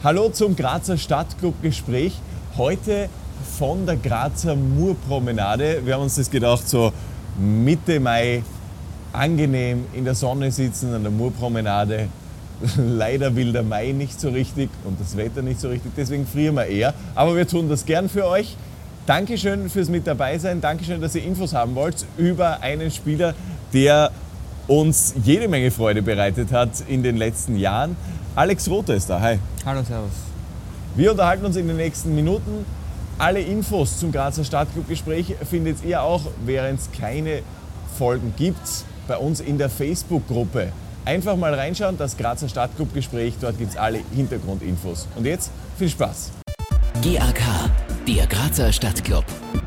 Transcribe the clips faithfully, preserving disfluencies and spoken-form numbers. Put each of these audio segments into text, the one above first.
Hallo zum Grazer Stadtclub-Gespräch. Heute von der Grazer Murpromenade. Wir haben uns das gedacht, so Mitte Mai, angenehm in der Sonne sitzen an der Murpromenade. Leider will der Mai nicht so richtig und das Wetter nicht so richtig, deswegen frieren wir eher. Aber wir tun das gern für euch. Dankeschön fürs mit dabei sein. Dankeschön, dass ihr Infos haben wollt über einen Spieler, der uns jede Menge Freude bereitet hat in den letzten Jahren. Alex Rother ist da. Hi. Hallo, servus. Wir unterhalten uns in den nächsten Minuten. Alle Infos zum Grazer Stadtclub-Gespräch findet ihr auch, während es keine Folgen gibt, bei uns in der Facebook-Gruppe. Einfach mal reinschauen, das Grazer Stadtclub-Gespräch, dort gibt es alle Hintergrundinfos. Und jetzt viel Spaß. G A K, der Grazer Stadtclub.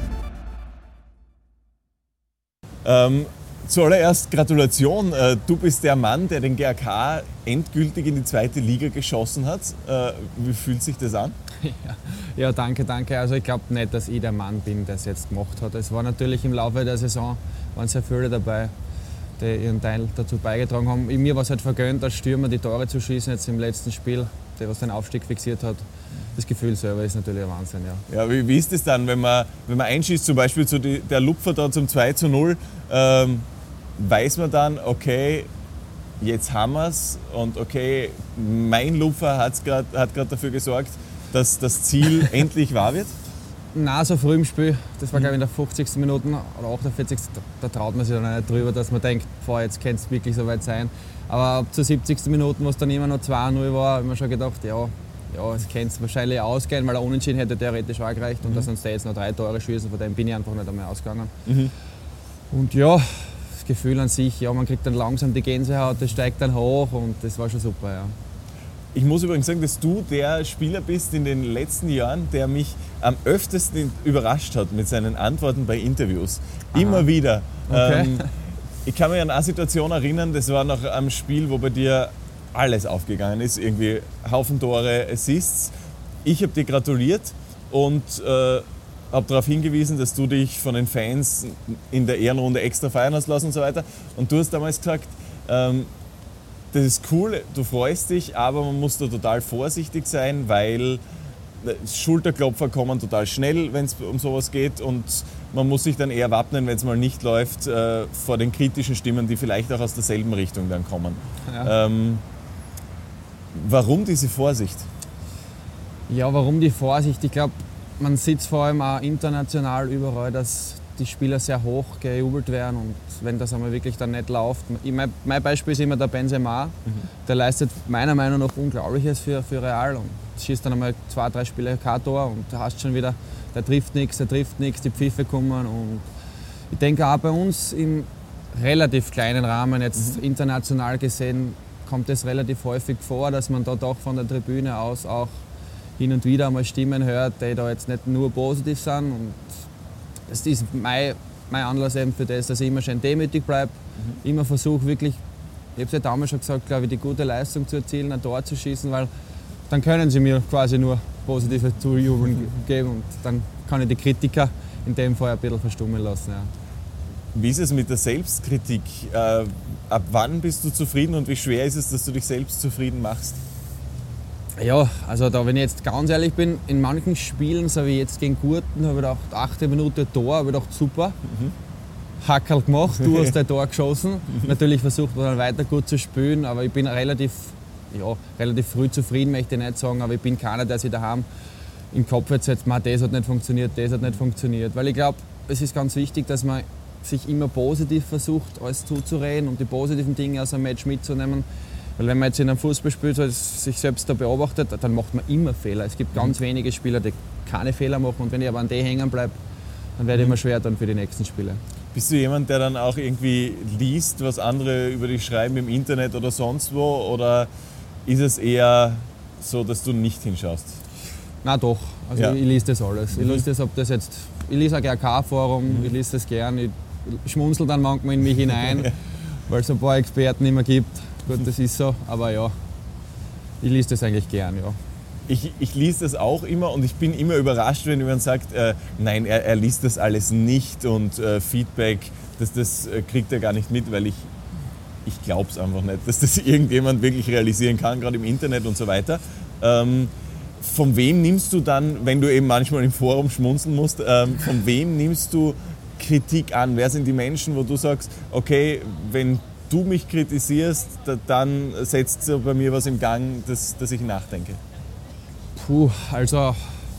Ähm, zuallererst Gratulation. Du bist der Mann, der den G A K endgültig in die zweite Liga geschossen hat. Äh, wie fühlt sich das an? Ja, ja danke, danke. Also ich glaube nicht, dass ich der Mann bin, der es jetzt gemacht hat. Es war natürlich im Laufe der Saison, waren sehr viele dabei, die ihren Teil dazu beigetragen haben. Mir war es halt vergönnt, als Stürmer die Tore zu schießen, jetzt im letzten Spiel, der was den Aufstieg fixiert hat. Das Gefühl selber ist natürlich ein Wahnsinn, ja. Ja, wie, wie ist es dann, wenn man, wenn man einschießt, zum Beispiel zu die, der Lupfer da zum zwei zu null, ähm, weiß man dann, okay, jetzt haben wir es und okay, mein Lupfer hat's grad, hat gerade dafür gesorgt, dass das Ziel endlich wahr wird? Nein, so früh im Spiel, das war glaube ich in der fünfzigsten Minute oder achtundvierzigsten Da, da traut man sich dann nicht drüber, dass man denkt, boah, jetzt könnte es wirklich so weit sein. Aber ab zur siebzigsten Minute, wo es dann immer noch zwei null war, habe ich mir schon gedacht, ja, ja es könnte es wahrscheinlich ausgehen, weil er Unentschieden hätte theoretisch auch gereicht und mhm. dass uns da jetzt noch drei Tore schießen, von dem bin ich einfach nicht einmal ausgegangen. Mhm. Und ja, das Gefühl an sich, ja, man kriegt dann langsam die Gänsehaut, das steigt dann hoch und das war schon super, ja. Ich muss übrigens sagen, dass du der Spieler bist in den letzten Jahren, der mich am öftesten überrascht hat mit seinen Antworten bei Interviews. Aha. Immer wieder. Okay. Ähm, ich kann mich an eine Situation erinnern, das war noch am Spiel, wo bei dir alles aufgegangen ist. Irgendwie Haufen Tore, Assists. Ich habe dir gratuliert und äh, habe darauf hingewiesen, dass du dich von den Fans in der Ehrenrunde extra feiern hast lassen und so weiter. Und du hast damals gesagt, ähm, das ist cool, du freust dich, aber man muss da total vorsichtig sein, weil Schulterklopfer kommen total schnell, wenn es um sowas geht und man muss sich dann eher wappnen, wenn es mal nicht läuft, äh, vor den kritischen Stimmen, die vielleicht auch aus derselben Richtung dann kommen. Ja. Ähm, warum diese Vorsicht? Ja, warum die Vorsicht? Ich glaube, man sieht vor allem auch international überall, dass die Spieler sehr hoch gejubelt werden und wenn das einmal wirklich dann nicht läuft. Mein, mein Beispiel ist immer der Benzema, mhm. der leistet meiner Meinung nach Unglaubliches für, für Real und schießt dann einmal zwei, drei Spiele kein Tor und da hast schon wieder, der trifft nichts, der trifft nichts, die Pfiffe kommen und ich denke auch bei uns im relativ kleinen Rahmen, jetzt mhm. international gesehen, kommt es relativ häufig vor, dass man da doch von der Tribüne aus auch hin und wieder einmal Stimmen hört, die da jetzt nicht nur positiv sind und das ist mein, mein Anlass eben für das, dass ich immer schön demütig bleibe, mhm. immer versuche wirklich, ich habe es ja damals schon gesagt, glaube ich, die gute Leistung zu erzielen, ein Tor zu schießen, weil dann können sie mir quasi nur positive Zujubeln geben und dann kann ich die Kritiker in dem Fall ein bisschen verstummen lassen. Ja. Wie ist es mit der Selbstkritik? Äh, ab wann bist du zufrieden und wie schwer ist es, dass du dich selbst zufrieden machst? Ja, also da, wenn ich jetzt ganz ehrlich bin, in manchen Spielen, so wie jetzt gegen Gurten, habe ich gedacht, achte Minute Tor, habe ich gedacht, super, mhm. Hackerl gemacht, du hast ein Tor geschossen. Mhm. Natürlich versucht man dann weiter gut zu spielen, aber ich bin relativ, ja, relativ früh zufrieden, möchte ich nicht sagen, aber ich bin keiner, der sich daheim im Kopf jetzt setzt, das hat nicht funktioniert, das hat nicht funktioniert. Weil ich glaube, es ist ganz wichtig, dass man sich immer positiv versucht, alles zuzureden und die positiven Dinge aus einem Match mitzunehmen. Weil wenn man jetzt in einem Fußball spielt, so sich selbst da beobachtet, dann macht man immer Fehler. Es gibt ganz mhm. wenige Spieler, die keine Fehler machen und wenn ich aber an die hängen bleibe, dann werde ich immer schwer dann für die nächsten Spiele. Bist du jemand, der dann auch irgendwie liest, was andere über dich schreiben im Internet oder sonst wo? Oder ist es eher so, dass du nicht hinschaust? Na doch, also ja. ich, ich lese das alles. Mhm. Ich lese das, ob das jetzt, ich lese ein G A K-Forum, mhm. ich lese das gern, ich schmunzel dann manchmal in mich hinein, weil es ein paar Experten immer gibt. Gut, das ist so, aber ja, ich lese das eigentlich gern, ja. Ich, ich lese das auch immer und ich bin immer überrascht, wenn jemand sagt, äh, nein, er, er liest das alles nicht und äh, Feedback, das, das äh, kriegt er gar nicht mit, weil ich, ich glaube es einfach nicht, dass das irgendjemand wirklich realisieren kann, gerade im Internet und so weiter. Ähm, von wem nimmst du dann, wenn du eben manchmal im Forum schmunzeln musst, ähm, von wem nimmst du Kritik an? Wer sind die Menschen, wo du sagst, okay, wenn du mich kritisierst, da, dann setzt so bei mir was im Gang, dass, dass ich nachdenke? Puh, also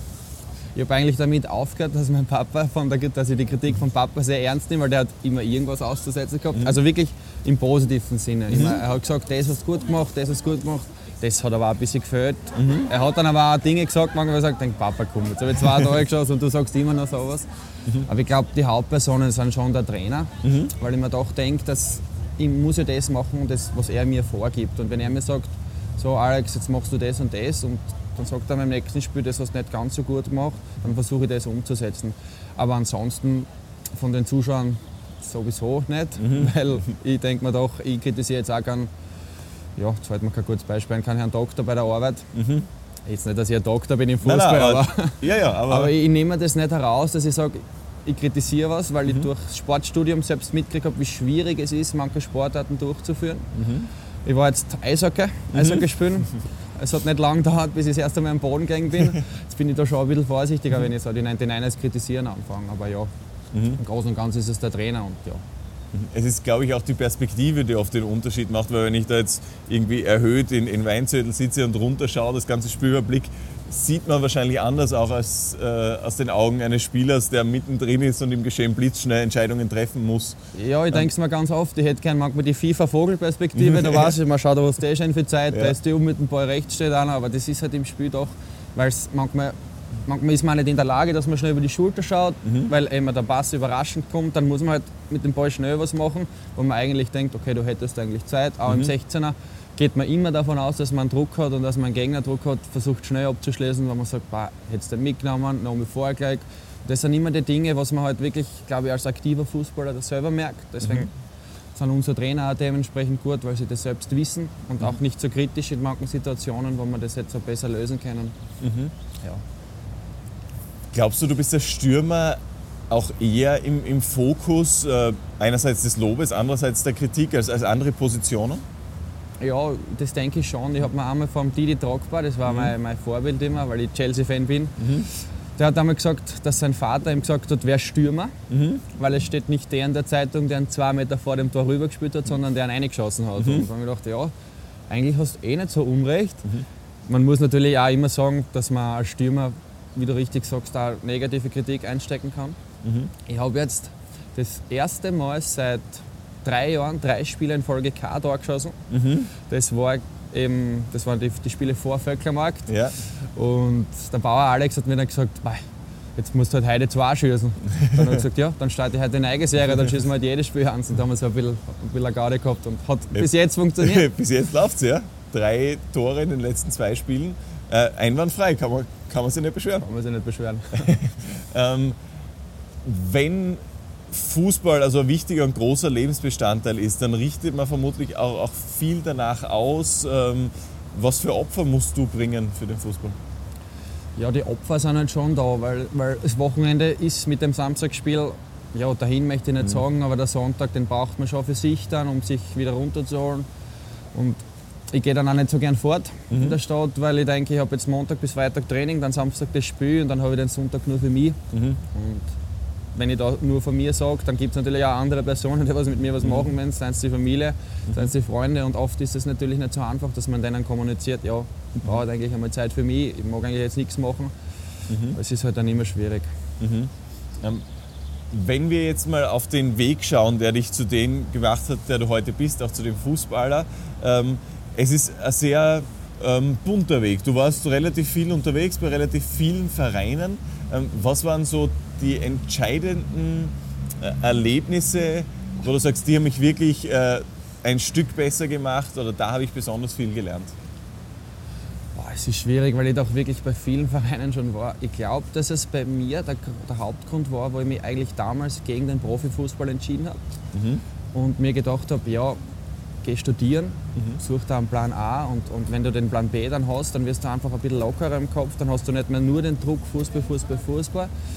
ich habe eigentlich damit aufgehört, dass mein Papa, von der, dass ich die Kritik von Papa sehr ernst nehme, weil der hat immer irgendwas auszusetzen gehabt. Mhm. Also wirklich im positiven Sinne. Mhm. Er hat gesagt, das hast du gut gemacht, das hast du gut gemacht. Das hat aber auch ein bisschen gefällt. Mhm. Er hat dann aber auch Dinge gesagt, manchmal gesagt, denk, Papa, komm, jetzt habe ich zwei Tage geschossen und du sagst immer noch sowas. Mhm. Aber ich glaube, die Hauptpersonen sind schon der Trainer, mhm. weil ich mir doch denke, dass ich muss ja das machen, das, was er mir vorgibt. Und wenn er mir sagt, so Alex, jetzt machst du das und das, und dann sagt er beim nächsten Spiel, das hast du nicht ganz so gut gemacht, dann versuche ich das umzusetzen. Aber ansonsten von den Zuschauern sowieso nicht, mhm. weil ich denke mir doch, ich kritisiere jetzt auch gern, ja, jetzt fällt mir kein gutes Beispiel ein, keinen Herrn Doktor bei der Arbeit. Mhm. Jetzt nicht, dass ich ein Doktor bin im Fußball, nein, nein, aber, aber, ja, ja, aber, aber ich nehme das nicht heraus, dass ich sage, ich kritisiere was, weil mhm. ich durch das Sportstudium selbst mitgekriegt habe, wie schwierig es ist, manche Sportarten durchzuführen. Mhm. Ich war jetzt Eishockey, mhm. Eishockey spielen. Es hat nicht lange gedauert, bis ich das erste Mal am Boden gegangen bin. Jetzt bin ich da schon ein bisschen vorsichtiger, wenn ich so die neunundneunzig ers kritisieren anfange. Aber ja, mhm. im Großen und Ganzen ist es der Trainer. Und ja. Es ist, glaube ich, auch die Perspektive, die oft den Unterschied macht, weil wenn ich da jetzt irgendwie erhöht in, in Weinzettel sitze und runterschaue, das ganze Spiel überblick, sieht man wahrscheinlich anders auch als äh, aus den Augen eines Spielers, der mittendrin ist und im Geschehen blitzschnell Entscheidungen treffen muss. Ja, ich denke es mir ganz oft. Ich hätte gerne manchmal die FIFA-Vogelperspektive. Da weiß ich, man schaut, was der schon für Zeit, ja. Da ist die um mit dem Ball rechts steht einer, aber das ist halt im Spiel doch, weil es manchmal, manchmal ist man nicht in der Lage, dass man schnell über die Schulter schaut, mhm. weil immer der Pass überraschend kommt. Dann muss man halt mit dem Ball schnell was machen, wo man eigentlich denkt, okay, du hättest eigentlich Zeit, auch mhm. im sechzehner. Geht man immer davon aus, dass man einen Druck hat und dass man einen Gegner Druck hat, versucht schnell abzuschließen, weil man sagt, bah, hättest du den mitgenommen, noch mal vorher gleich. Das sind immer die Dinge, was man halt wirklich, glaube ich, als aktiver Fußballer das selber merkt. Deswegen mhm. sind unsere Trainer auch dementsprechend gut, weil sie das selbst wissen und mhm. auch nicht so kritisch in manchen Situationen, wo man das jetzt so besser lösen können. Mhm. Ja. Glaubst du, du bist der Stürmer auch eher im, im Fokus äh, einerseits des Lobes, andererseits der Kritik als, als andere Positionen? Ja, das denke ich schon. Ich habe mir einmal vom Didi Drogba, das war mhm. mein, mein Vorbild immer, weil ich Chelsea-Fan bin, mhm. der hat einmal gesagt, dass sein Vater ihm gesagt hat, wer Stürmer, mhm. weil es steht nicht der in der Zeitung, der einen zwei Meter vor dem Tor rübergespielt hat, sondern der einen reingeschossen hat. Mhm. Und dann habe ich gedacht, ja, eigentlich hast du eh nicht so Unrecht. Mhm. Man muss natürlich auch immer sagen, dass man als Stürmer, wie du richtig sagst, da negative Kritik einstecken kann. Mhm. Ich habe jetzt das erste Mal seit drei Jahren drei Spiele in Folge kein Tor geschossen. Mhm. Das war eben, das waren die, die Spiele vor Vöcklermarkt. Ja. Und der Bauer Alex hat mir dann gesagt, jetzt musst du halt heute zwei schießen. Dann habe ich gesagt, ja, dann starte ich heute eine eigene Serie, dann schießen wir halt jedes Spiel an. Und da haben wir so ein bisschen, ein bisschen eine Garde gehabt und hat ja. bis jetzt funktioniert. Bis jetzt läuft es, ja. Drei Tore in den letzten zwei Spielen. Äh, einwandfrei, kann man, kann man sich nicht beschweren. Kann man sich nicht beschweren. ähm, wenn Fußball also ein wichtiger und großer Lebensbestandteil ist, dann richtet man vermutlich auch, auch viel danach aus. Ähm, was für Opfer musst du bringen für den Fußball? Ja, die Opfer sind halt schon da, weil, weil das Wochenende ist mit dem Samstagsspiel, ja, dahin möchte ich nicht mhm. sagen, aber der Sonntag, den braucht man schon für sich dann, um sich wieder runterzuholen. Und ich gehe dann auch nicht so gern fort mhm. in der Stadt, weil ich denke, ich habe jetzt Montag bis Freitag Training, dann Samstag das Spiel und dann habe ich den Sonntag nur für mich. Mhm. Und wenn ich da nur von mir sage, dann gibt es natürlich auch andere Personen, die was mit mir was machen wollen, seien es die Familie, mhm. seien es die Freunde. Und oft ist es natürlich nicht so einfach, dass man denen kommuniziert, ja, ich brauche eigentlich einmal Zeit für mich, ich mag eigentlich jetzt nichts machen. Mhm. Es ist halt dann immer schwierig. Mhm. Ähm, wenn wir jetzt mal auf den Weg schauen, der dich zu dem gemacht hat, der du heute bist, auch zu dem Fußballer, ähm, es ist ein sehr ähm, bunter Weg. Du warst relativ viel unterwegs bei relativ vielen Vereinen. Ähm, was waren so die entscheidenden äh, Erlebnisse, wo du sagst, die haben mich wirklich äh, ein Stück besser gemacht oder da habe ich besonders viel gelernt? Boah, es ist schwierig, weil ich doch wirklich bei vielen Vereinen schon war. Ich glaube, dass es bei mir der, der Hauptgrund war, wo ich mich eigentlich damals gegen den Profifußball entschieden habe mhm. und mir gedacht habe, ja, geh studieren, mhm. such da einen Plan A und, und wenn du den Plan B dann hast, dann wirst du einfach ein bisschen lockerer im Kopf, dann hast du nicht mehr nur den Druck Fußball, Fußball, Fußball.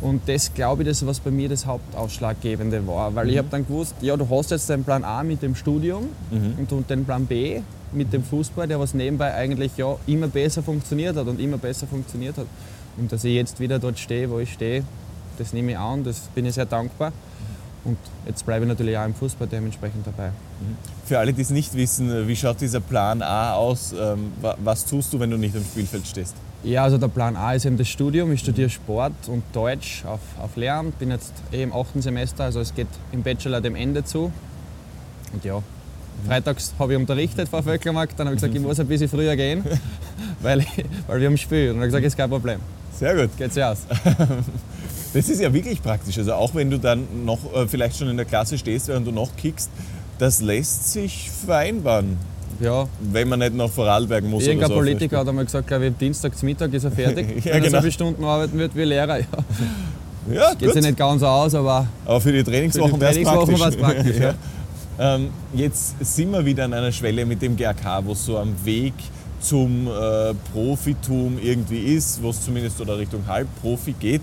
Und das glaube ich, das was bei mir das Hauptausschlaggebende war. Weil Mhm. ich habe dann gewusst, ja, du hast jetzt den Plan A mit dem Studium Mhm. und, und den Plan B mit dem Fußball, der was nebenbei eigentlich ja immer besser funktioniert hat und immer besser funktioniert hat. Und dass ich jetzt wieder dort stehe, wo ich stehe, das nehme ich an, das bin ich sehr dankbar. Und jetzt bleibe ich natürlich auch im Fußball dementsprechend dabei. Für alle, die es nicht wissen, wie schaut dieser Plan A aus? Ähm, wa- Was tust du, wenn du nicht am Spielfeld stehst? Ja, also der Plan A ist eben das Studium. Ich studiere Sport und Deutsch auf, auf Lehramt. Bin jetzt eh im achten Semester, also es geht im Bachelor dem Ende zu. Und ja, freitags habe ich unterrichtet vor Vöcklermarkt, dann habe ich gesagt, ich muss ein bisschen früher gehen, weil, ich, weil wir am Spiel. Und dann habe ich gesagt, ist kein Problem, Sehr gut. geht sich aus. Das ist ja wirklich praktisch. Also auch wenn du dann noch äh, vielleicht schon in der Klasse stehst, während du noch kickst, das lässt sich vereinbaren, Ja, wenn man nicht nach Vorarlberg muss. irgendein oder so. Politiker hat einmal gesagt, glaube ich, Dienstag zum Mittag ist er fertig, Ja, wenn er genau. so viele Stunden arbeiten wird wie Lehrer. Ja. Ja, Geht gut. sich nicht ganz aus, aber Aber für die Trainingswochen Für die wäre es Trainingswochen praktisch. wär's praktisch, ja. ähm, jetzt sind wir wieder an einer Schwelle mit dem G A K, wo es so am Weg zum äh, Profitum irgendwie ist, wo es zumindest oder Richtung Halbprofi geht.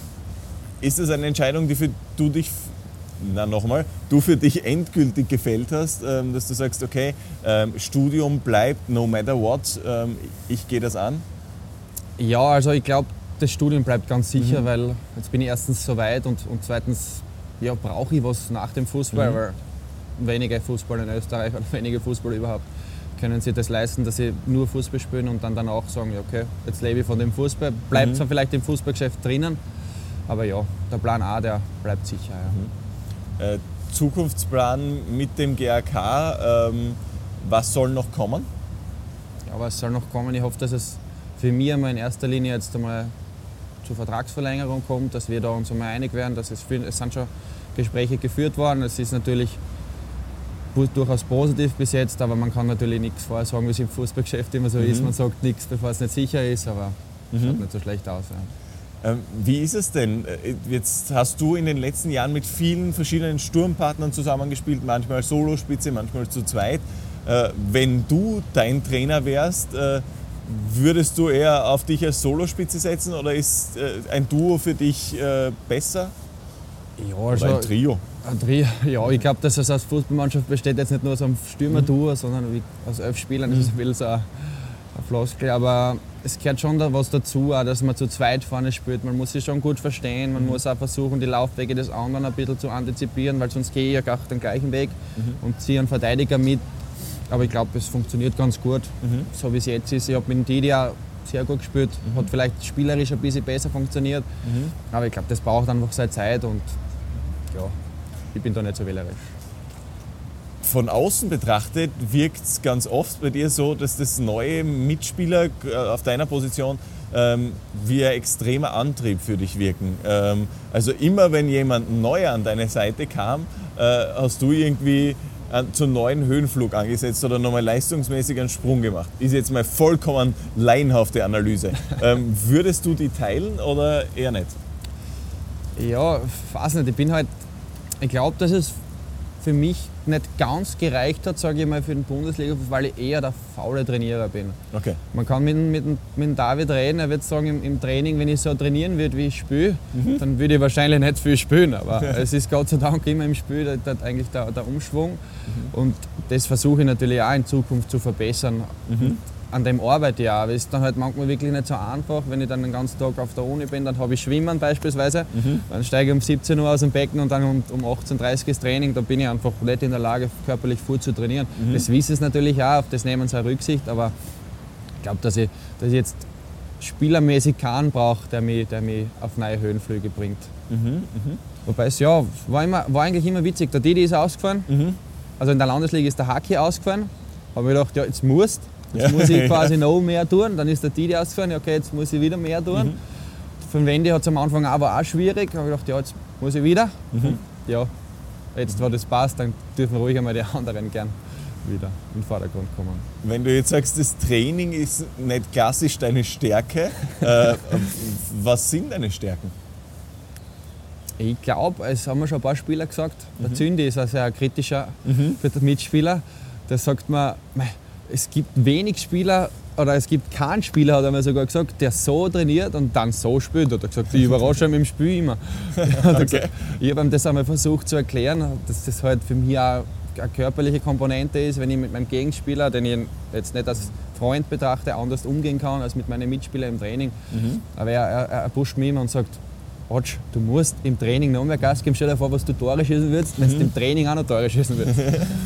Ist das eine Entscheidung, die für du dich, na nochmal, du für dich endgültig gefällt hast, ähm, dass du sagst, okay, ähm, Studium bleibt no matter what, ähm, ich gehe das an? ja, also ich glaube, das Studium bleibt ganz sicher, weil jetzt bin ich erstens so weit und, und zweitens ja, brauche ich was nach dem Fußball, Mhm. weil wenige Fußball in Österreich oder wenige Fußball überhaupt können sich das leisten, dass sie nur Fußball spielen und dann danach sagen, ja, okay, jetzt lebe ich von dem Fußball, bleibt Mhm. zwar vielleicht im Fußballgeschäft drinnen, aber ja, der Plan A, der bleibt sicher. Ja. Äh, Zukunftsplan mit dem G A K, ähm, was soll noch kommen? Ja, was soll noch kommen? Ich hoffe, dass es für mich einmal in erster Linie jetzt einmal zur Vertragsverlängerung kommt, dass wir da uns einmal einig werden. Dass es, viel, es sind schon Gespräche geführt worden. Es ist natürlich pu- durchaus positiv bis jetzt, aber man kann natürlich nichts vorher sagen, wie es im Fußballgeschäft immer so ist. Man sagt nichts, bevor es nicht sicher ist, aber es schaut nicht so schlecht aus. Ja. Ähm, wie ist es denn? Äh, Jetzt hast du in den letzten Jahren mit vielen verschiedenen Sturmpartnern zusammengespielt, manchmal als Solospitze, manchmal zu zweit. Äh, Wenn du dein Trainer wärst, äh, würdest du eher auf dich als Solospitze setzen oder ist äh, ein Duo für dich äh, besser? Ja, Oder ein Trio? Ein Trio, ja, ich glaube, dass es als Fußballmannschaft besteht jetzt nicht nur aus einem Stürmer-Duo, sondern wie aus elf Spielern. Das ist ein bisschen so eine, eine Floskel, aber es gehört schon da was dazu, auch, dass man zu zweit vorne spielt. Man muss sich schon gut verstehen, man muss auch versuchen, die Laufwege des anderen ein bisschen zu antizipieren, weil sonst gehe ich ja auch den gleichen Weg und ziehe einen Verteidiger mit. Aber ich glaube, es funktioniert ganz gut, so wie es jetzt ist. Ich habe mit dem Didi auch sehr gut gespielt, hat vielleicht spielerisch ein bisschen besser funktioniert, aber ich glaube, das braucht einfach seine Zeit und ja, ich bin da nicht so wählerisch. Von außen betrachtet wirkt es ganz oft bei dir so, dass das neue Mitspieler äh, auf deiner Position ähm, wie ein extremer Antrieb für dich wirken. Ähm, also immer wenn jemand neu an deine Seite kam, äh, hast du irgendwie einen, zum neuen Höhenflug angesetzt oder nochmal leistungsmäßig einen Sprung gemacht. Ist jetzt mal vollkommen laienhafte Analyse. Ähm, würdest du die teilen oder eher nicht? Ja, ich weiß nicht, ich bin halt, ich glaube, dass es für mich nicht ganz gereicht hat, sage ich mal, für den Bundesliga, weil ich eher der faule Trainierer bin. Okay. Man kann mit, mit, mit dem David reden, er wird sagen, im, im Training, wenn ich so trainieren würde, wie ich spiele, Mhm. dann würde ich wahrscheinlich nicht viel spielen. Aber es ist Gott sei Dank immer im Spiel der, der, eigentlich der, der Umschwung. Mhm. Und das versuche ich natürlich auch in Zukunft zu verbessern. Mhm. An dem arbeite ich auch. Aber es ist dann halt manchmal wirklich nicht so einfach. Wenn ich dann den ganzen Tag auf der Uni bin, dann habe ich Schwimmen beispielsweise. Mhm. Dann steige ich um siebzehn Uhr aus dem Becken und dann um, um achtzehn Uhr dreißig ist Training. Da bin ich einfach nicht in der Lage, körperlich voll zu trainieren. Mhm. Das wissen sie natürlich auch, auf das nehmen sie auch Rücksicht. Aber ich glaube, dass ich, dass ich jetzt spielermäßig keinen brauche, der mich, der mich auf neue Höhenflüge bringt. Mhm. Mhm. Wobei es ja, war, immer, war eigentlich immer witzig. Der Didi ist ausgefallen. Mhm. Also in der Landesliga ist der Haki ausgefallen. Habe mir gedacht, ja, jetzt musst Jetzt Ja. muss ich quasi noch mehr tun. Dann ist der Didi ausgefallen, ja, okay, jetzt muss ich wieder mehr tun. Mhm. Von Wendy hat es am Anfang aber auch schwierig. Da habe ich gedacht, ja, jetzt muss ich wieder. Mhm. Ja, jetzt, wo das passt, dann dürfen ruhig einmal die anderen gern wieder in den Vordergrund kommen. Wenn du jetzt sagst, das Training ist nicht klassisch deine Stärke, äh, was sind deine Stärken? Ich glaube, es haben mir schon ein paar Spieler gesagt, der Mhm. Zündi ist ein sehr kritischer Mhm. für den Mitspieler. Der sagt mir, mei, es gibt wenig Spieler, oder es gibt keinen Spieler, hat er mir sogar gesagt, der so trainiert und dann so spielt. Hat er gesagt, ich überrasche mich im Spiel immer. Okay. Gesagt, ich habe ihm das einmal versucht zu erklären, dass das halt für mich auch eine körperliche Komponente ist, wenn ich mit meinem Gegenspieler, den ich jetzt nicht als Freund betrachte, anders umgehen kann als mit meinen Mitspielern im Training. Mhm. Aber er, er, er pusht mich immer und sagt, Otsch, du musst im Training noch mehr Gas geben. Stell dir vor, was du Tore schießen würdest, wenn du mhm. im Training auch noch Tore schießen würdest.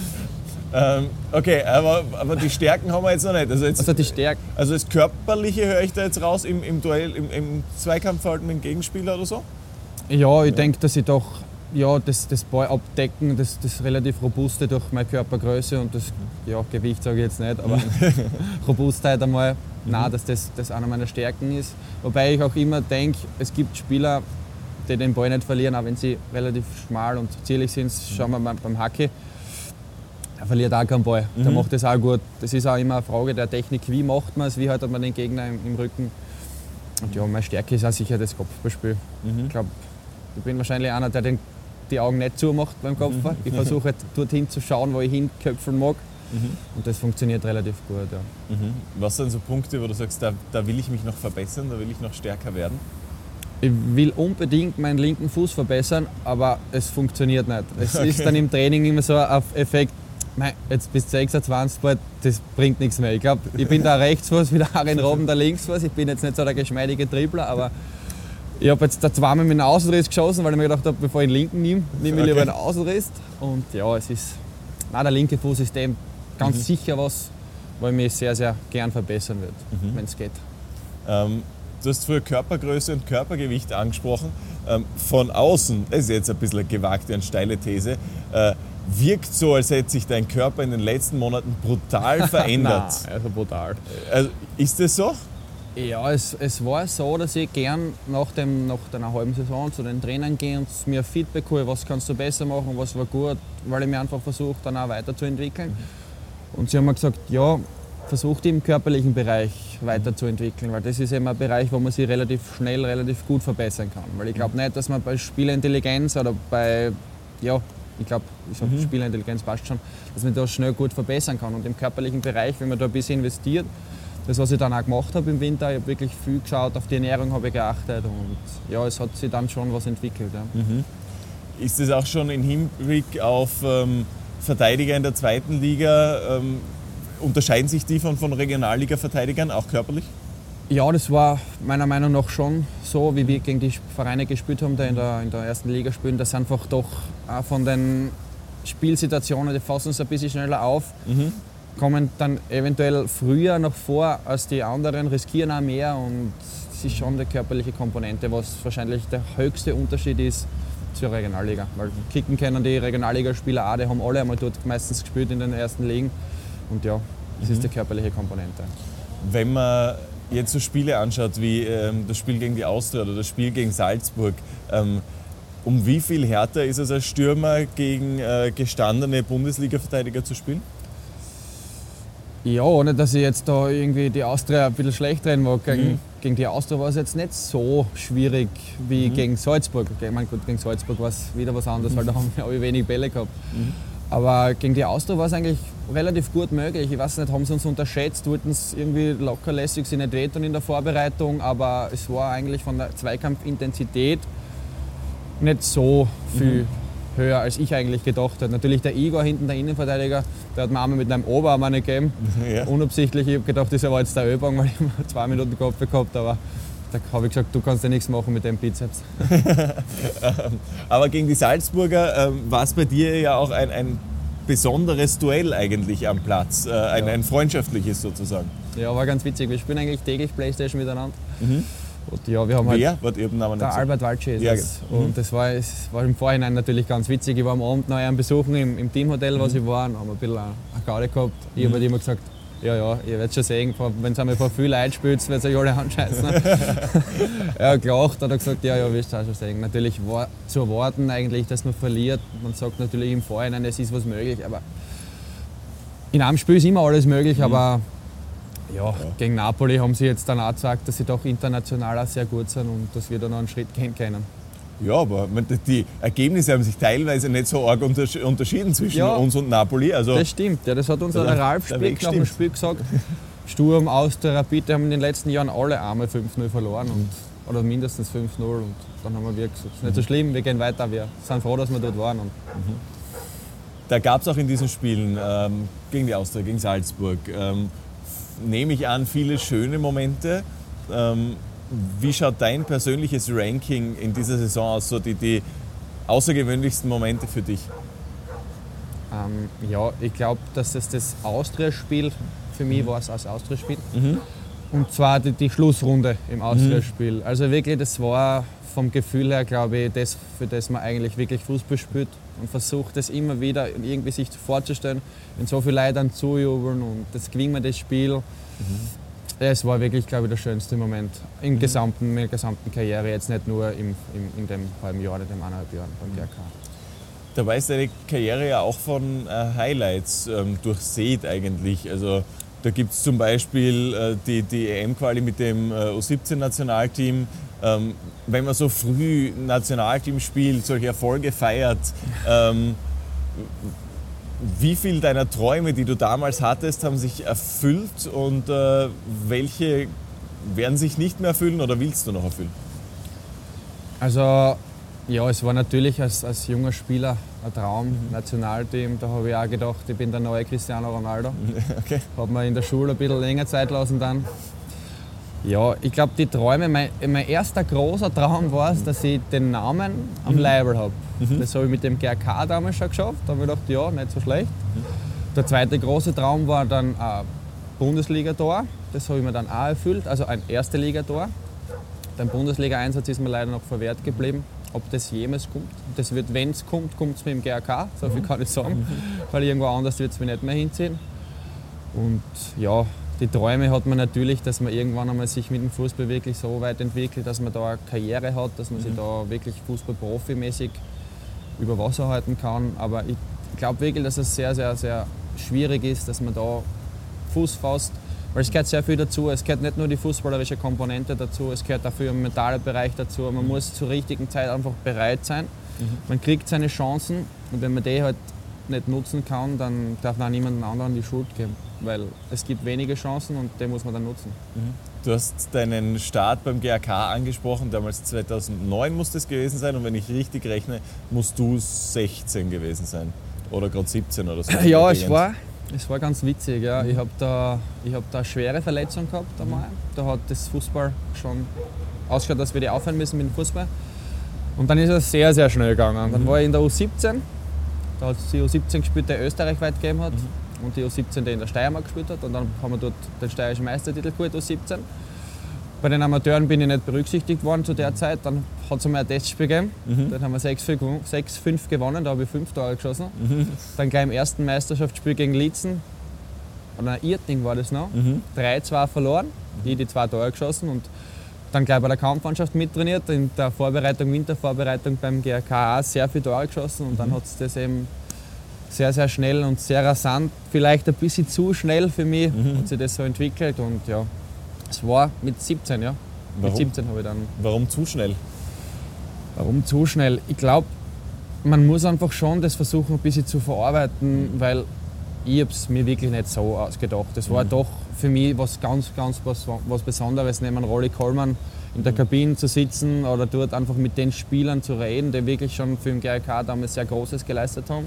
ähm, okay, aber, aber die Stärken haben wir jetzt noch nicht. Also, jetzt, also die Stärken. Also das Körperliche höre ich da jetzt raus im, im Duell, im, im Zweikampfverhalten mit dem Gegenspieler oder so? Ja, ich ja. denke, dass ich doch ja, das, das Ball abdecken, das, das relativ Robuste durch meine Körpergröße und das ja, Gewicht sage ich jetzt nicht, aber Robustheit einmal, mhm. nein, dass das, das einer meiner Stärken ist. Wobei ich auch immer denke, es gibt Spieler, die den Ball nicht verlieren, auch wenn sie relativ schmal und zierlich sind. Schauen wir mal beim Hockey, er verliert auch keinen Ball, mhm. der macht das auch gut. Das ist auch immer eine Frage der Technik, wie macht man es, wie haltet man den Gegner im, im Rücken. Und ja, meine Stärke ist auch sicher das Kopfballspiel. Mhm. Ich glaube, ich bin wahrscheinlich einer, der den die Augen nicht zumacht beim Kopfball. Ich versuche halt dorthin zu schauen, wo ich hinköpfen mag. Mhm. Und das funktioniert relativ gut. Ja. Mhm. Was sind so Punkte, wo du sagst, da, da will ich mich noch verbessern, da will ich noch stärker werden? Ich will unbedingt meinen linken Fuß verbessern, aber es funktioniert nicht. Es okay. ist dann im Training immer so ein Effekt, nein, jetzt bis sechsundzwanzig bald, das bringt nichts mehr. Ich glaube, ich bin der Rechtsfuß, wie der Arjen Robben der Linksfuß. Ich bin jetzt nicht so der geschmeidige Dribbler, aber ich habe jetzt da zweimal mit einem Außenriss geschossen, weil ich mir gedacht habe, bevor ich den linken nehme, nehme ich okay. lieber einen Außenriss. Und ja, es ist, nein, der linke Fuß ist dem ganz mhm. sicher was, wo ich mich sehr, sehr gern verbessern würde, mhm. wenn es geht. Ähm, du hast früher Körpergröße und Körpergewicht angesprochen. Ähm, von außen, das ist jetzt ein bisschen eine gewagte und steile These, äh, wirkt so, als hätte sich dein Körper in den letzten Monaten brutal verändert. Nein, also brutal. Also, ist das so? Ja, es, es war so, dass ich gern nach, dem, nach einer halben Saison zu den Trainern gehe und mir Feedback hole, was kannst du besser machen, was war gut, weil ich mich einfach versuche, dann auch weiterzuentwickeln. Mhm. Und sie haben mir gesagt, ja, versuch dich im körperlichen Bereich weiterzuentwickeln, weil das ist eben ein Bereich, wo man sich relativ schnell, relativ gut verbessern kann. Weil ich glaube nicht, dass man bei Spielerintelligenz oder bei, ja, ich glaube, ich sag, mhm. Spielerintelligenz passt schon, dass man da schnell gut verbessern kann. Und im körperlichen Bereich, wenn man da ein bisschen investiert, das, was ich dann auch gemacht habe im Winter, ich habe wirklich viel geschaut, auf die Ernährung habe ich geachtet und ja, es hat sich dann schon was entwickelt. Ja. Mhm. Ist das auch schon im Hinblick auf ähm, Verteidiger in der zweiten Liga, ähm, unterscheiden sich die von, von Regionalliga-Verteidigern, auch körperlich? Ja, das war meiner Meinung nach schon so, wie wir gegen die Vereine gespielt haben, die in der, in der ersten Liga spielen, dass einfach doch auch von den Spielsituationen, die fassen uns ein bisschen schneller auf. Mhm. Kommen dann eventuell früher noch vor als die anderen, riskieren auch mehr und es ist schon die körperliche Komponente, was wahrscheinlich der höchste Unterschied ist zur Regionalliga. Weil kicken können die Regionalligaspieler auch, die haben alle einmal dort meistens gespielt in den ersten Ligen und ja, das mhm. ist die körperliche Komponente. Wenn man jetzt so Spiele anschaut wie ähm, das Spiel gegen die Austria oder das Spiel gegen Salzburg, ähm, um wie viel härter ist es als Stürmer gegen äh, gestandene Bundesliga-Verteidiger zu spielen? Ja, ohne dass ich jetzt da irgendwie die Austria ein bisschen schlecht reden mag. Gegen, mhm. gegen die Austria war es jetzt nicht so schwierig wie mhm. gegen Salzburg. Okay, mein Gott, gegen Salzburg war es wieder was anderes, mhm. weil da haben wir wenig Bälle gehabt. Mhm. Aber gegen die Austria war es eigentlich relativ gut möglich. Ich weiß nicht, haben sie uns unterschätzt, wollten es irgendwie lockerlässig sich nicht wehtun in der Vorbereitung, aber es war eigentlich von der Zweikampfintensität nicht so viel. Mhm. höher, als ich eigentlich gedacht habe. Natürlich der Igor hinten, der Innenverteidiger, der hat mir einmal mit einem Oberarm eine gegeben. Ja. Unabsichtlich. Ich habe gedacht, das war jetzt der Ölbang, weil ich immer zwei Minuten Kopf gehabt habe. Aber da habe ich gesagt, du kannst ja nichts machen mit dem Bizeps. Aber gegen die Salzburger ähm, war es bei dir ja auch ein, ein besonderes Duell eigentlich am Platz. Äh, ein, ja. ein freundschaftliches sozusagen. Ja, war ganz witzig. Wir spielen eigentlich täglich Playstation miteinander. Mhm. Und ja, wir haben Wer? Halt Ihr Namen der nicht Albert Waldsche ist ja, es. Mhm. Und das war, es war im Vorhinein natürlich ganz witzig. Ich war am Abend noch einen besuchen im, im Teamhotel, was mhm. ich war, und haben ein bisschen eine Garde gehabt. Ich mhm. habe halt immer gesagt, ja, ja, ihr werdet schon sehen, wenn es einmal vor viel Leute spielt, wird es euch alle anscheißen. Er hat gelacht, hat gesagt, ja, ja, wirst du auch schon sehen. Natürlich war zu erwarten eigentlich, dass man verliert. Man sagt natürlich im Vorhinein, es ist was möglich, aber in einem Spiel ist immer alles möglich, mhm. aber ja, ja, gegen Napoli haben sie jetzt dann auch gesagt, dass sie doch international auch sehr gut sind und dass wir da noch einen Schritt gehen können. Ja, aber die Ergebnisse haben sich teilweise nicht so arg unterschieden zwischen ja, uns und Napoli. Also das stimmt, ja, das hat uns der Ralf Spick nach dem Spiel gesagt. Sturm, Austria, Rapid, die haben in den letzten Jahren alle einmal fünf null verloren und, oder mindestens fünf null und dann haben wir wirklich gesagt, es ist nicht so schlimm, wir gehen weiter, wir sind froh, dass wir dort waren. Und mhm. Da gab es auch in diesen Spielen ähm, gegen die Austria, gegen Salzburg, ähm, nehme ich an, viele schöne Momente. Ähm, wie schaut dein persönliches Ranking in dieser Saison aus, so die, die außergewöhnlichsten Momente für dich? Ähm, ja, ich glaube, dass das das Austria-Spiel, für mich war es als Austria-Spiel. Mhm. Und zwar die, die Schlussrunde im Austria-Spiel. Mhm. Also wirklich, das war vom Gefühl her, glaube ich, das, für das man eigentlich wirklich Fußball spielt und versucht, das immer wieder irgendwie sich vorzustellen, wenn so viele Leute dann zujubeln und das gewinnen wir das Spiel. Mhm. Es war wirklich, glaube ich, der schönste Moment in mhm. gesamten, in der gesamten Karriere, jetzt nicht nur im, im, in dem halben Jahr oder dem eineinhalb Jahren beim G A K. Dabei ist deine Karriere ja auch von äh, Highlights ähm, durchsät eigentlich. Also da gibt es zum Beispiel äh, die, die E M-Quali mit dem äh, U siebzehn-Nationalteam. Ähm, wenn man so früh Nationalteam spielt, solche Erfolge feiert, ähm, wie viel deiner Träume, die du damals hattest, haben sich erfüllt und äh, welche werden sich nicht mehr erfüllen oder willst du noch erfüllen? Also ja, es war natürlich als, als junger Spieler ein Traum, mhm. Nationalteam. Da habe ich auch gedacht, ich bin der neue Cristiano Ronaldo. Okay. Habe mir in der Schule ein bisschen länger Zeit lassen dann. Ja, ich glaube, die Träume, mein, mein erster großer Traum war es, dass ich den Namen am mhm. Label habe. Mhm. Das habe ich mit dem G A K damals schon geschafft. Da habe ich gedacht, ja, nicht so schlecht. Mhm. Der zweite große Traum war dann ein Bundesliga-Tor. Das habe ich mir dann auch erfüllt, also ein erste Ligator. Der Bundesliga-Einsatz ist mir leider noch verwehrt geblieben. Ob das jemals kommt. Das wird, wenn es kommt, kommt es mit dem G A K. So viel kann ich sagen. Weil irgendwo anders wird es mich nicht mehr hinziehen. Und ja, die Träume hat man natürlich, dass man irgendwann einmal sich mit dem Fußball wirklich so weit entwickelt, dass man da eine Karriere hat, dass man sich da wirklich Fußball-Profimäßig über Wasser halten kann. Aber ich glaube wirklich, dass es sehr, sehr, sehr schwierig ist, dass man da Fuß fasst. Weil es gehört sehr viel dazu. Es gehört nicht nur die fußballerische Komponente dazu, es gehört dafür im mentalen Bereich dazu. Man muss zur richtigen Zeit einfach bereit sein. Mhm. Man kriegt seine Chancen und wenn man die halt nicht nutzen kann, dann darf man auch niemandem anderen die Schuld geben. Weil es gibt wenige Chancen und die muss man dann nutzen. Mhm. Du hast deinen Start beim G A K angesprochen, damals zweitausendneun muss das gewesen sein und wenn ich richtig rechne, musst du sechzehn gewesen sein. Oder gerade siebzehn oder so. Ja, es war... Es war ganz witzig. Ja. Ich habe da, ich hab da eine schwere Verletzung gehabt einmal. Da hat das Fußball schon ausgeschaut, dass wir die aufhören müssen mit dem Fußball. Und dann ist es sehr, sehr schnell gegangen. Dann war ich in der U siebzehn. Da hat es die U siebzehn gespielt, die österreichweit gegeben hat. Mhm. Und die U siebzehn, die in der Steiermark gespielt hat. Und dann haben wir dort den steirischen Meistertitel geholt, U siebzehn. Bei den Amateuren bin ich nicht berücksichtigt worden zu der Zeit. Dann hat es einmal ein Testspiel gegeben. Mhm. Dort haben wir sechs fünf gewonnen, da habe ich fünf Tore geschossen. Mhm. Dann gleich im ersten Meisterschaftsspiel gegen Lietzen, oder ein Irting war das noch, mhm. drei zwei verloren. Mhm. Ich die zwei Tore geschossen und dann gleich bei der Kampfmannschaft mittrainiert. In der Vorbereitung, Wintervorbereitung beim G A K auch sehr viele Tore geschossen. Und mhm. dann hat es das eben sehr, sehr schnell und sehr rasant, vielleicht ein bisschen zu schnell für mich, mhm. hat sich das so entwickelt. Und ja, es war mit siebzehn, ja. Warum? Mit siebzehn habe ich dann. Warum zu schnell? Warum zu schnell? Ich glaube, man muss einfach schon das versuchen, ein bisschen zu verarbeiten, weil ich habe es mir wirklich nicht so ausgedacht. Das war mhm. doch für mich was ganz, ganz was, was Besonderes, neben Rolly Kollmann in der Kabine zu sitzen oder dort einfach mit den Spielern zu reden, die wirklich schon für den G A K damals sehr Großes geleistet haben.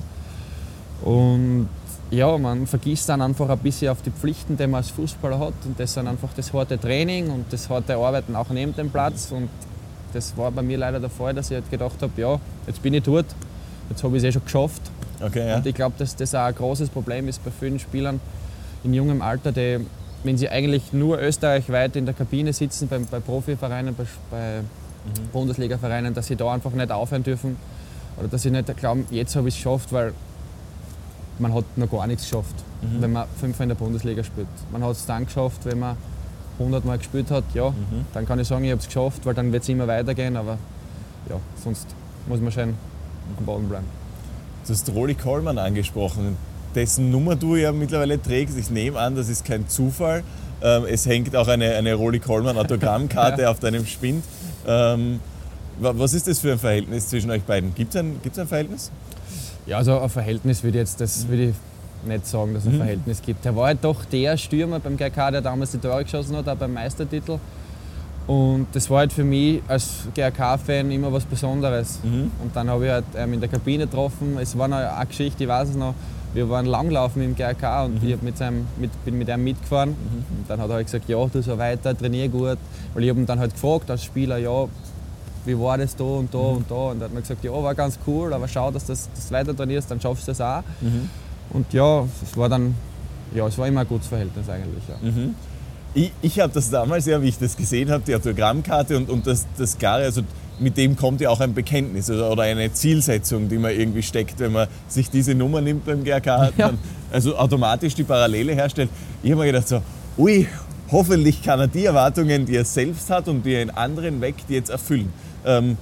Und ja, man vergisst dann einfach ein bisschen auf die Pflichten, die man als Fußballer hat. Und das sind einfach das harte Training und das harte Arbeiten auch neben dem Platz. Und das war bei mir leider der Fall, dass ich halt gedacht habe, ja, jetzt bin ich dort, jetzt habe ich es eh schon geschafft. Okay, ja. Und ich glaube, dass das auch ein großes Problem ist bei vielen Spielern in jungem Alter, die, wenn sie eigentlich nur österreichweit in der Kabine sitzen, bei, bei Profivereinen, bei, bei mhm. Bundesliga-Vereinen, dass sie da einfach nicht aufhören dürfen. Oder dass sie nicht glauben, jetzt habe ich es geschafft, weil man hat noch gar nichts geschafft, mhm. wenn man fünfmal in der Bundesliga spielt. Man hat es dann geschafft, wenn man hundert Mal gespielt hat, ja, mhm. dann kann ich sagen, ich habe es geschafft, weil dann wird es immer weitergehen, aber ja, sonst muss man schön am Boden bleiben. Du hast Rolly Kollmann angesprochen, dessen Nummer du ja mittlerweile trägst. Ich nehme an, das ist kein Zufall. Ähm, es hängt auch eine, eine Rolly Kollmann Autogrammkarte ja. auf deinem Spind. Ähm, was ist das für ein Verhältnis zwischen euch beiden? Gibt es ein, gibt's ein Verhältnis? Ja, also ein Verhältnis würde jetzt, das würde ich nicht sagen, dass es ein Mhm. Verhältnis gibt. Er war halt doch der Stürmer beim G K, der damals die Tore geschossen hat, auch beim Meistertitel. Und das war halt für mich als G K-Fan immer was Besonderes. Mhm. Und dann habe ich halt ähm, in der Kabine getroffen. Es war noch eine Geschichte, ich weiß es noch. Wir waren langlaufen im G K und Mhm. ich hab mit seinem, mit, bin mit ihm mitgefahren. Mhm. Und dann hat er halt gesagt, ja, du so weiter, trainier gut. Weil ich habe ihn dann halt gefragt als Spieler, ja, wie war das da und da Mhm. und da. Und dann hat er gesagt, ja, war ganz cool, aber schau, dass du das, das weiter trainierst, dann schaffst du das auch. Mhm. Und ja, es war dann, ja, es war immer ein gutes Verhältnis eigentlich. Ja. Mhm. Ich, ich habe das damals, ja, wie ich das gesehen habe, die Autogrammkarte und, und das, das Klare, also mit dem kommt ja auch ein Bekenntnis also, oder eine Zielsetzung, die man irgendwie steckt, wenn man sich diese Nummer nimmt beim G K, Ja. dann, also automatisch die Parallele herstellt. Ich habe mir gedacht so, ui, hoffentlich kann er die Erwartungen, die er selbst hat und die er in anderen weckt, jetzt erfüllen. Ähm,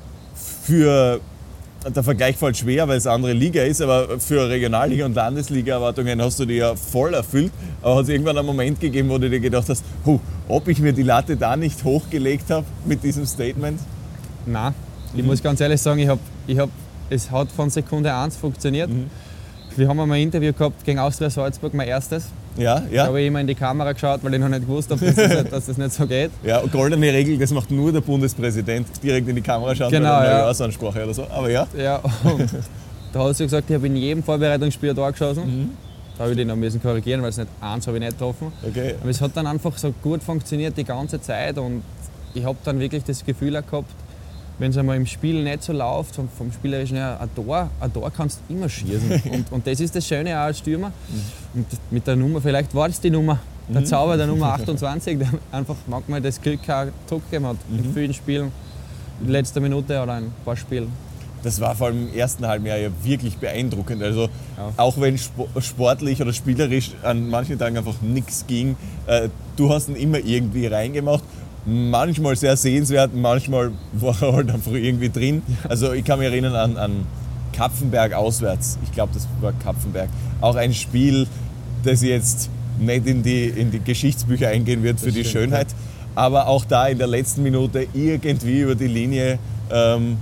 für der Vergleich fällt schwer, weil es eine andere Liga ist, aber für Regionalliga- und Landesliga-Erwartungen hast du die ja voll erfüllt. Aber hat es irgendwann einen Moment gegeben, wo du dir gedacht hast, huh, ob ich mir die Latte da nicht hochgelegt habe mit diesem Statement? Nein, ich Mhm. muss ganz ehrlich sagen, ich hab, ich hab, es hat von Sekunde eins funktioniert. Mhm. Wir haben einmal ein Interview gehabt gegen Austria Salzburg, mein erstes. Ja, Da ja. habe ich immer in die Kamera geschaut, weil ich noch nicht gewusst habe, dass, das nicht- dass das nicht so geht. Ja, goldene Regel, das macht nur der Bundespräsident, direkt in die Kamera schauen Genau, bei der ja. Neujahrsansprache oder so. Aber ja. Ja, und da hat sie gesagt, ich habe in jedem Vorbereitungsspiel ein Tor geschossen. Mhm. Da habe ich den noch müssen korrigieren, weil es nicht eins habe ich nicht getroffen. Okay. Aber es hat dann einfach so gut funktioniert die ganze Zeit und ich habe dann wirklich das Gefühl auch gehabt, wenn es einmal im Spiel nicht so läuft, vom, vom Spielerischen her, ein Tor, ein Tor kannst du immer schießen. und, und das ist das Schöne auch als Stürmer. Und mit der Nummer, vielleicht war das die Nummer, der Mhm. Zauber der Nummer achtundzwanzig, der einfach manchmal das Glück auch zurückgegeben hat. In Mhm. vielen Spielen, in letzter Minute oder ein paar Spielen. Das war vor allem im ersten halben Jahr ja wirklich beeindruckend. Also Ja. auch wenn spo- sportlich oder spielerisch an manchen Tagen einfach nichts ging, äh, du hast ihn immer irgendwie reingemacht. Manchmal sehr sehenswert, manchmal war er halt einfach irgendwie drin. Also ich kann mich erinnern an, an Kapfenberg auswärts. Ich glaube, das war Kapfenberg. Auch ein Spiel, das jetzt nicht in die, in die Geschichtsbücher eingehen wird für Das die stimmt, Schönheit. Aber auch da in der letzten Minute irgendwie über die Linie. Ähm,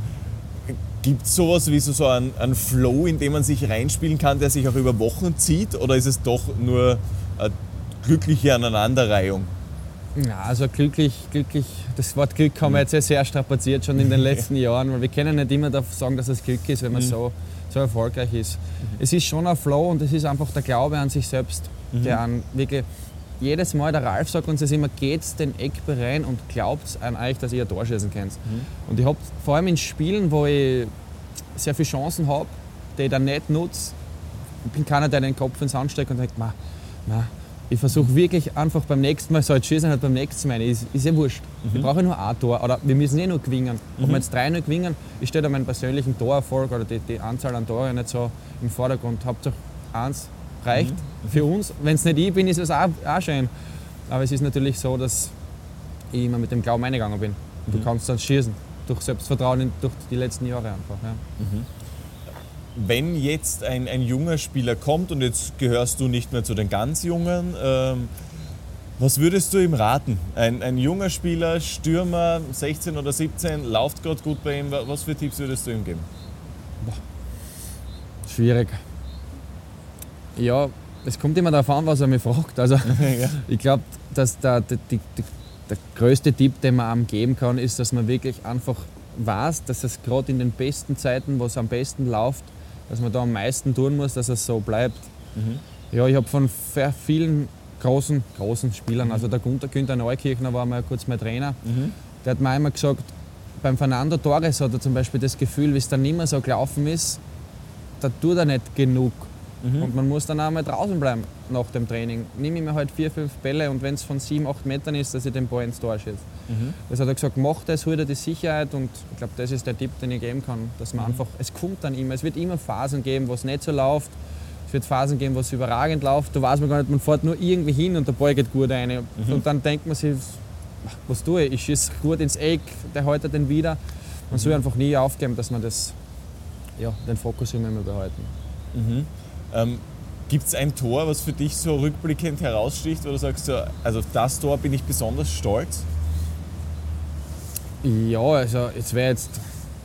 Gibt es sowas wie so, so einen, einen Flow, in den man sich reinspielen kann, der sich auch über Wochen zieht? Oder ist es doch nur eine glückliche Aneinanderreihung? Ja, also glücklich, glücklich, das Wort Glück haben wir jetzt sehr strapaziert schon in den letzten Jahren, weil wir können nicht immer davon sagen, dass es Glück ist, wenn man Mhm. so, so erfolgreich ist. Es ist schon ein Flow und es ist einfach der Glaube an sich selbst, Mhm. der an wirklich, jedes Mal, der Ralf sagt uns das immer, geht's den Eckball rein und glaubt an euch, dass ihr ein Tor schießen könnt. Mhm. Und ich habe vor allem in Spielen, wo ich sehr viele Chancen habe, die ich dann nicht nutze, ich bin keiner, der den Kopf ins Sand steckt und denkt, ma, ma, ich versuche wirklich einfach beim nächsten Mal, so jetzt schießen halt beim nächsten Mal, ist, ist ja wurscht. Mhm. Wir brauchen nur ein Tor oder wir müssen eh nur gewinnen. Ob Mhm. wir jetzt drei nur gewinnen, ich stelle meinen persönlichen Torerfolg oder die, die Anzahl an Tore nicht so im Vordergrund. Hauptsache eins reicht Mhm. für uns. Wenn es nicht ich bin, ist es auch, auch schön. Aber es ist natürlich so, dass ich immer mit dem Glauben eingegangen bin. Und Mhm. du kannst dann schießen. Durch Selbstvertrauen in, durch die letzten Jahre einfach. Ja. Wenn jetzt ein, ein junger Spieler kommt und jetzt gehörst du nicht mehr zu den ganz Jungen, ähm, was würdest du ihm raten? Ein, ein junger Spieler, Stürmer, sechzehn oder siebzehn, läuft gerade gut bei ihm. Was für Tipps würdest du ihm geben? Schwierig. Ja, es kommt immer darauf an, was er mich fragt. Also, ja. ich glaube, dass der, der, die, die, der größte Tipp, den man einem geben kann, ist, dass man wirklich einfach weiß, dass es gerade in den besten Zeiten, wo es am besten läuft, dass man da am meisten tun muss, dass es so bleibt. Mhm. Ja, ich habe von sehr vielen großen, großen Spielern, also der Günther, Günther Neukirchner war mal kurz mein Trainer, Mhm. der hat mir einmal gesagt, beim Fernando Torres hat er zum Beispiel das Gefühl, wie es dann nicht mehr so gelaufen ist, da tut er nicht genug. Mhm. Und man muss dann auch mal draußen bleiben nach dem Training. Nimm ich mir halt vier, fünf Bälle und wenn es von sieben, acht Metern ist, dass ich den Ball ins Tor schieße. Mhm. Das hat er gesagt, mach das, hol dir die Sicherheit und ich glaube, das ist der Tipp, den ich geben kann. Dass man Mhm. einfach, es kommt dann immer, es wird immer Phasen geben, wo es nicht so läuft. Es wird Phasen geben, wo es überragend läuft. Da weiß man gar nicht, man fährt nur irgendwie hin und der Ball geht gut rein. Mhm. Und dann denkt man sich, was tue ich? Ich schieße gut ins Eck, der hält den wieder. Man soll einfach nie aufgeben, dass man das, ja, den Fokus immer mehr behalten. Mhm. Ähm, Gibt es ein Tor, was für dich so rückblickend heraussticht, wo du sagst, so, also auf das Tor bin ich besonders stolz? Ja, also es wäre jetzt.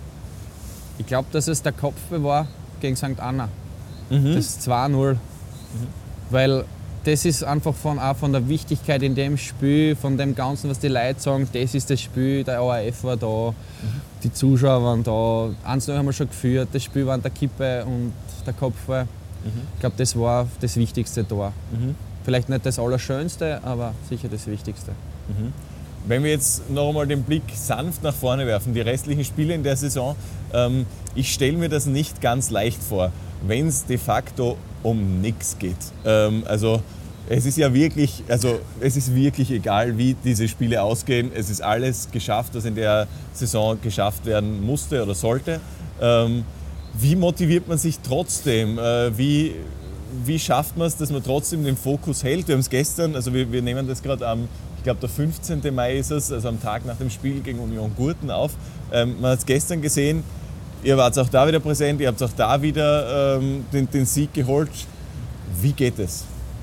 Ich glaube, dass es der Kopfball war gegen Sankt Anna. Mhm. Das zwei null Weil das ist einfach von, auch von der Wichtigkeit in dem Spiel, von dem Ganzen, was die Leute sagen, das ist das Spiel, der O R F war da, mhm. die Zuschauer waren da, eins null haben wir schon geführt, das Spiel war an der Kippe und der Kopfball. Mhm. Ich glaube, das war das wichtigste Tor. Mhm. Vielleicht nicht das Allerschönste, aber sicher das Wichtigste. Mhm. Wenn wir jetzt noch einmal den Blick sanft nach vorne werfen, die restlichen Spiele in der Saison, ähm, ich stelle mir das nicht ganz leicht vor, wenn es de facto um nichts geht. Ähm, also es ist ja wirklich, also es ist wirklich egal, wie diese Spiele ausgehen. Es ist alles geschafft, was in der Saison geschafft werden musste oder sollte. Ähm, wie motiviert man sich trotzdem? Äh, wie, wie schafft man es, dass man trotzdem den Fokus hält? Wir haben es gestern, also wir, wir nehmen das gerade am, ich glaube der fünfzehnten Mai ist es, also am Tag nach dem Spiel gegen Union Gurten auf. Ähm, man hat es gestern gesehen, ihr wart auch da wieder präsent, ihr habt auch da wieder ähm, den, den Sieg geholt. Wie geht es?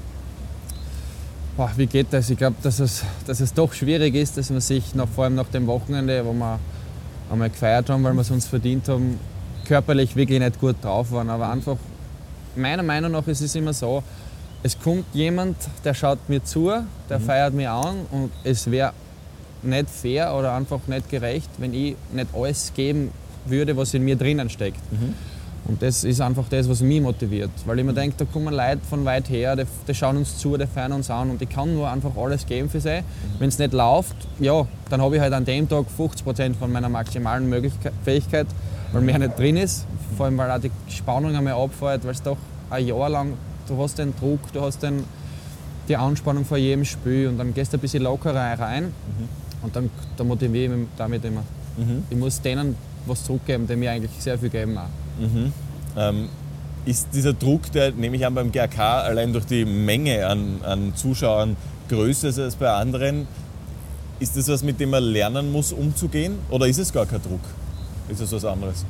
Boah, wie geht das? Ich glaube, dass es, dass es doch schwierig ist, dass man sich noch, vor allem nach dem Wochenende, wo wir einmal gefeiert haben, weil wir es uns verdient haben, körperlich wirklich nicht gut drauf waren. Aber einfach, meiner Meinung nach ist es immer so, es kommt jemand, der schaut mir zu, der mhm. feiert mich an und es wäre nicht fair oder einfach nicht gerecht, wenn ich nicht alles geben würde, was in mir drinnen steckt. Mhm. Und das ist einfach das, was mich motiviert. Weil ich mir denke, da kommen Leute von weit her, die, die schauen uns zu, die feiern uns an und ich kann nur einfach alles geben für sie. Mhm. Wenn es nicht läuft, ja, dann habe ich halt an dem Tag fünfzig Prozent von meiner maximalen Möglichkeit, Fähigkeit, weil mehr nicht drin ist. Vor allem, weil auch die Spannung einmal abfällt, weil es doch ein Jahr lang, du hast den Druck, du hast den, die Anspannung vor jedem Spiel und dann gehst du ein bisschen lockerer rein mhm. und dann, dann motiviere ich mich damit immer. Mhm. Ich muss denen was zurückgeben, die mir eigentlich sehr viel geben auch. Mhm. Ähm, ist dieser Druck, der nehme ich an beim G A K allein durch die Menge an, an Zuschauern größer als bei anderen, ist das was, mit dem man lernen muss, umzugehen? Oder ist es gar kein Druck? Ist es was anderes?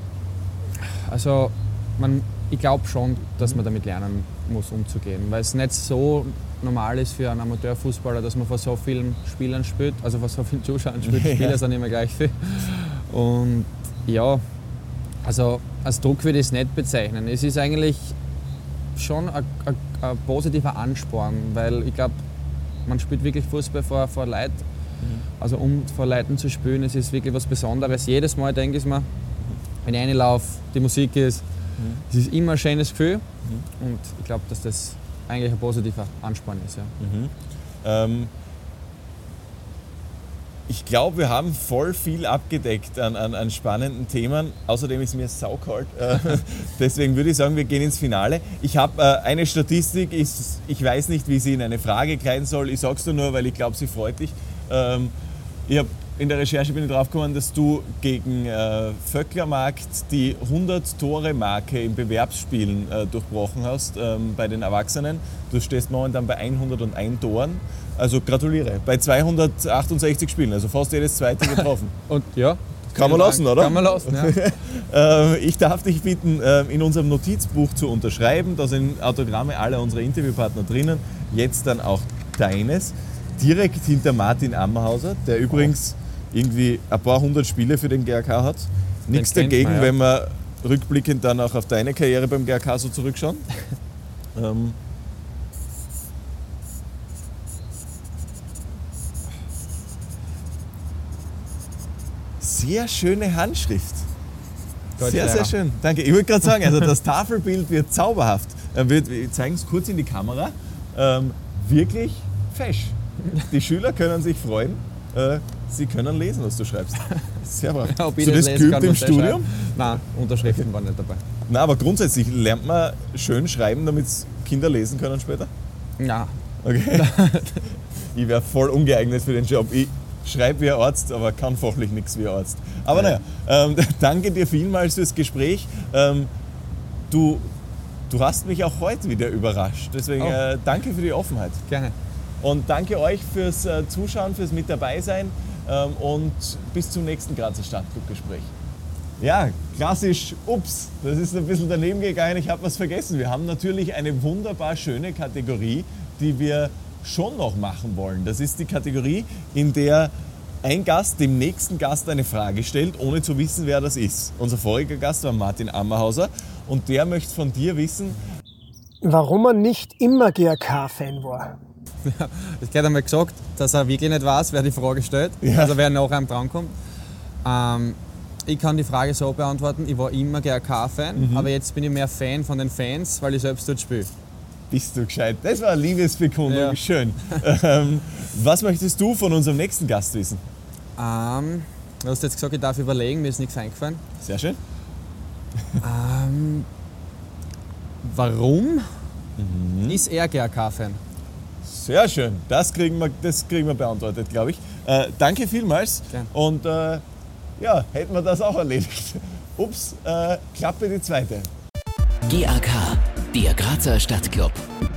Also man, ich glaube schon, dass man damit lernen muss, umzugehen, weil es nicht so normal ist für einen Amateurfußballer, dass man vor so vielen Spielern spielt, also vor so vielen Zuschauern spielt, die Spieler sind immer gleich viel. Und ja, also als Druck würde ich es nicht bezeichnen. Es ist eigentlich schon ein, ein, ein positiver Ansporn, weil ich glaube, man spielt wirklich Fußball vor, vor Leuten. Mhm. Also um vor Leuten zu spielen, es ist wirklich was Besonderes. Jedes Mal denke ich mir, wenn ich reinlaufe, die Musik ist, mhm. es ist immer ein schönes Gefühl. Mhm. Und ich glaube, dass das eigentlich ein positiver Ansporn ist. Ja. Mhm. Ähm, ich glaube, wir haben voll viel abgedeckt an, an, an spannenden Themen. Außerdem ist mir saukalt. Äh, deswegen würde ich sagen, wir gehen ins Finale. Ich habe äh, eine Statistik, ich, ich weiß nicht, wie sie in eine Frage kleiden soll. Ich sage es dir nur, weil ich glaube, sie freut dich. Ähm, ich habe in der Recherche bin ich drauf gekommen, dass du gegen äh, Vöcklermarkt die hundert-Tore-Marke in Bewerbsspielen äh, durchbrochen hast ähm, bei den Erwachsenen. Du stehst momentan bei hunderteins Toren. Also gratuliere. Bei zweihundertachtundsechzig Spielen, also fast jedes zweite getroffen. Und ja. Kann man lassen, oder? Kann man lassen, ja. Ich darf dich bitten, in unserem Notizbuch zu unterschreiben. Da sind Autogramme aller unserer Interviewpartner drinnen. Jetzt dann auch deines. Direkt hinter Martin Ammerhauser, der übrigens irgendwie ein paar hundert Spiele für den G A K hat. Nichts dagegen, man, ja. wenn wir rückblickend dann auch auf deine Karriere beim G A K so zurückschauen. ähm. Sehr schöne Handschrift. Sehr, sehr schön. Danke. Ich wollte gerade sagen, also das Tafelbild wird zauberhaft. Wir zeigen es kurz in die Kamera. Ähm, wirklich fesch. Die Schüler können sich freuen. Äh, sie können lesen, was du schreibst. Sehr brav. Ja, ob ich das, das geübt im Studium? Nein, Unterschriften waren nicht dabei. Nein, aber grundsätzlich lernt man schön schreiben, damit Kinder lesen können später? Nein. Okay. Ich wäre voll ungeeignet für den Job. Ich schreibe wie ein Arzt, aber kann fachlich nichts wie ein Arzt. Aber naja, ähm, danke dir vielmals fürs Gespräch. Ähm, du, du hast mich auch heute wieder überrascht. Deswegen oh. äh, danke für die Offenheit. Gerne. Und danke euch fürs äh, Zuschauen, fürs Mit dabei sein ähm, und bis zum nächsten Grazer Stadtclub-Gespräch. Ja, klassisch, ups, das ist ein bisschen daneben gegangen, ich habe was vergessen. Wir haben natürlich eine wunderbar schöne Kategorie, die wir schon noch machen wollen. Das ist die Kategorie, in der ein Gast dem nächsten Gast eine Frage stellt, ohne zu wissen, wer das ist. Unser voriger Gast war Martin Ammerhauser und der möchte von dir wissen, warum er nicht immer G A K-Fan war. Das hat einmal gesagt, dass er wirklich nicht weiß, wer die Frage stellt, Ja. also wer nach einem drankommt. Ähm, ich kann die Frage so beantworten, ich war immer G A K-Fan, Mhm. aber jetzt bin ich mehr Fan von den Fans, weil ich selbst dort spiele. Bist du gescheit? Das war eine Liebesbekundung, Ja. schön. ähm, was möchtest du von unserem nächsten Gast wissen? Ähm, du hast jetzt gesagt, ich darf überlegen, mir ist nichts eingefallen. Sehr schön. Ähm, warum Mhm. ist er G A K-Fan? Sehr schön. Das kriegen wir, das kriegen wir beantwortet, glaube ich. Äh, danke vielmals. Gern. Und äh, ja, hätten wir das auch erledigt. Ups, äh, Klappe die zweite. G A K, der Grazer Stadtclub.